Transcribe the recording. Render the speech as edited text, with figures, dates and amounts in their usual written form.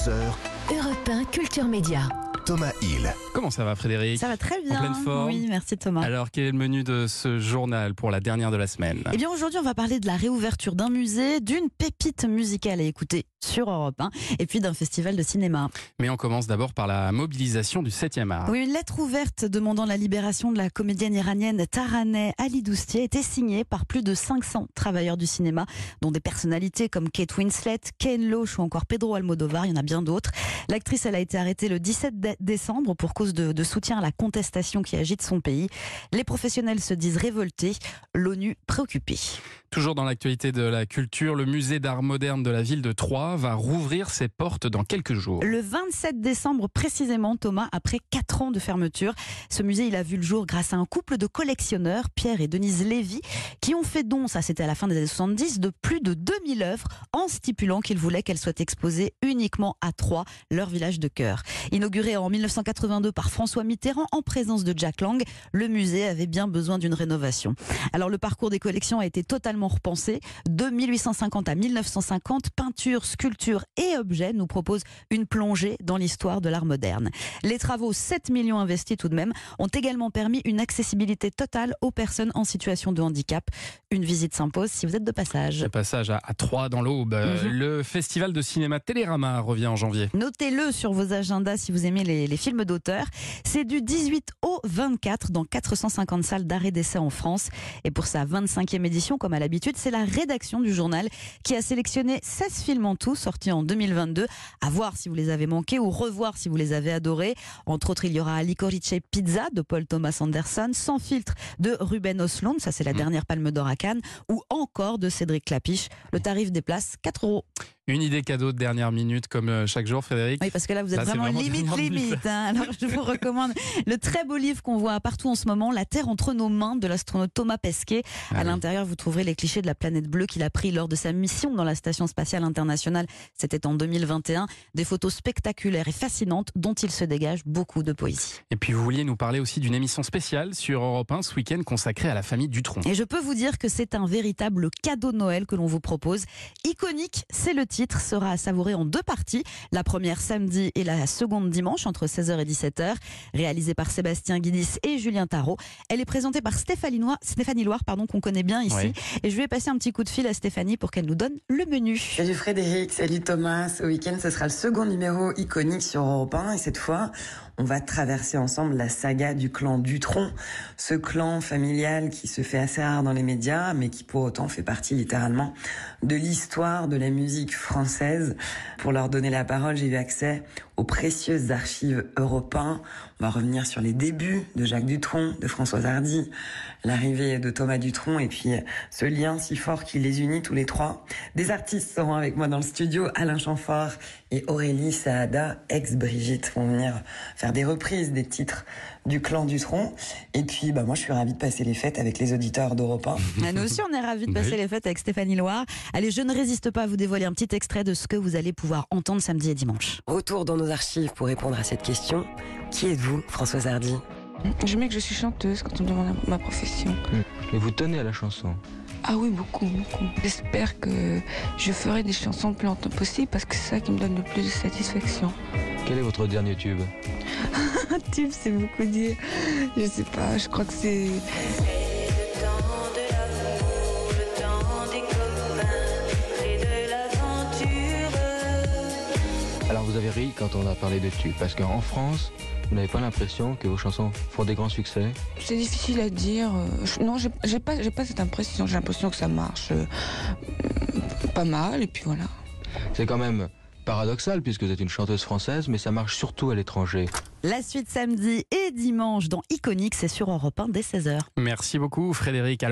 11h, Europe 1 Culture Média. Thomas Hill. Comment ça va, Frédéric? Ça va très bien. En pleine forme? Oui, merci Thomas. Alors, quel est le menu de ce journal pour la dernière de la semaine? Eh bien, aujourd'hui, on va parler de la réouverture d'un musée, d'une pépite musicale à écouter sur Europe 1 et puis d'un festival de cinéma. Mais on commence d'abord par la mobilisation du 7e art. Oui, une lettre ouverte demandant la libération de la comédienne iranienne Taraneh Ali Doustier a été signée par plus de 500 travailleurs du cinéma, dont des personnalités comme Kate Winslet, Ken Loach ou encore Pedro Almodovar. Il y en a bien d'autres. L'actrice, elle a été arrêtée le 17 décembre pour cause de soutien à la contestation qui agite son pays. Les professionnels se disent révoltés, l'ONU préoccupée. Toujours dans l'actualité de la culture, le musée d'art moderne de la ville de Troyes va rouvrir ses portes dans quelques jours. Le 27 décembre précisément, Thomas, après 4 ans de fermeture. Ce musée, il a vu le jour grâce à un couple de collectionneurs, Pierre et Denise Lévy, qui ont fait don, ça c'était à la fin des années 70, de plus de 2000 œuvres en stipulant qu'ils voulaient qu'elles soient exposées uniquement à Troyes, leur village de cœur. Inauguré en 1982 par François Mitterrand en présence de Jack Lang, le musée avait bien besoin d'une rénovation. Alors le parcours des collections a été totalement repensé. De 1850 à 1950, peintures, sculptures et objets nous proposent une plongée dans l'histoire de l'art moderne. Les travaux, 7 millions investis tout de même, ont également permis une accessibilité totale aux personnes en situation de handicap. Une visite s'impose si vous êtes de passage. Le passage à Troyes dans l'Aube. Le festival de cinéma Télérama revient en janvier. Notez-le sur vos agendas si vous aimez les films d'auteur. C'est du 18 au 24 dans 450 salles d'arrêt d'essai en France. Et pour sa 25e édition, comme à l'habitude, c'est la rédaction du journal qui a sélectionné 16 films en tout, sortis en 2022. À voir si vous les avez manqués ou revoir si vous les avez adorés. Entre autres, il y aura Licorice Pizza de Paul Thomas Anderson, Sans filtre de Ruben Östlund, ça c'est la dernière Palme d'Or à Cannes, ou encore de Cédric Clapiche. Le tarif des places, 4 €. Une idée cadeau de dernière minute comme chaque jour, Frédéric. Oui, parce que là, vous êtes vraiment limite. Hein. Alors, je vous recommande le très beau livre qu'on voit partout en ce moment, La Terre entre nos mains, de l'astronaute Thomas Pesquet. À l'intérieur, vous trouverez les clichés de la planète bleue qu'il a pris lors de sa mission dans la Station spatiale internationale. C'était en 2021. Des photos spectaculaires et fascinantes dont il se dégage beaucoup de poésie. Et puis, vous vouliez nous parler aussi d'une émission spéciale sur Europe 1 ce week-end consacrée à la famille Dutronc. Et je peux vous dire que c'est un véritable cadeau de Noël que l'on vous propose. Iconique, c'est le titre, sera à savourer en 2 parties. La première samedi et la seconde dimanche entre 16h et 17h. Réalisée par Sébastien Guidis et Julien Tarot. Elle est présentée par Stéphanie Loire, qu'on connaît bien ici. Oui. Et je vais passer un petit coup de fil à Stéphanie pour qu'elle nous donne le menu. Salut Frédéric, salut Thomas. Ce week-end, ce sera le second numéro iconique sur Europe 1. Et cette fois, on va traverser ensemble la saga du clan Dutronc. Ce clan familial qui se fait assez rare dans les médias, mais qui pour autant fait partie littéralement de l'histoire de la musique française. Pour leur donner la parole, j'ai eu accès aux précieuses archives Europe 1. On va revenir sur les débuts de Jacques Dutronc, de Françoise Hardy, l'arrivée de Thomas Dutronc et puis ce lien si fort qui les unit tous les trois. Des artistes seront avec moi dans le studio. Alain Chamfort et Aurélie Saada, ex-Brigitte, vont venir faire des reprises des titres du clan Dutronc. Et puis, moi, je suis ravie de passer les fêtes avec les auditeurs d'Europe 1. Nous aussi, on est ravis de passer les fêtes avec Stéphanie Loire. Allez, je ne résiste pas à vous dévoiler un petit extrait de ce que vous allez pouvoir entendre samedi et dimanche. Retour dans nos archives pour répondre à cette question. Qui êtes-vous, Françoise Hardy? Je mets que je suis chanteuse quand on me demande ma profession. Et vous tenez à la chanson? Ah oui, beaucoup, beaucoup. J'espère que je ferai des chansons le plus longtemps possible parce que c'est ça qui me donne le plus de satisfaction. Quel est votre dernier tube? Un tube, c'est beaucoup dire. Je sais pas, je crois que c'est... Alors vous avez ri quand on a parlé de tube, parce qu'en France, vous n'avez pas l'impression que vos chansons font des grands succès? C'est difficile à dire. Non, j'ai pas cette impression. J'ai l'impression que ça marche pas mal, et puis voilà. C'est quand même paradoxal, puisque vous êtes une chanteuse française, mais ça marche surtout à l'étranger. La suite samedi et dimanche dans Iconique, c'est sur Europe 1 dès 16h. Merci beaucoup, Frédéric.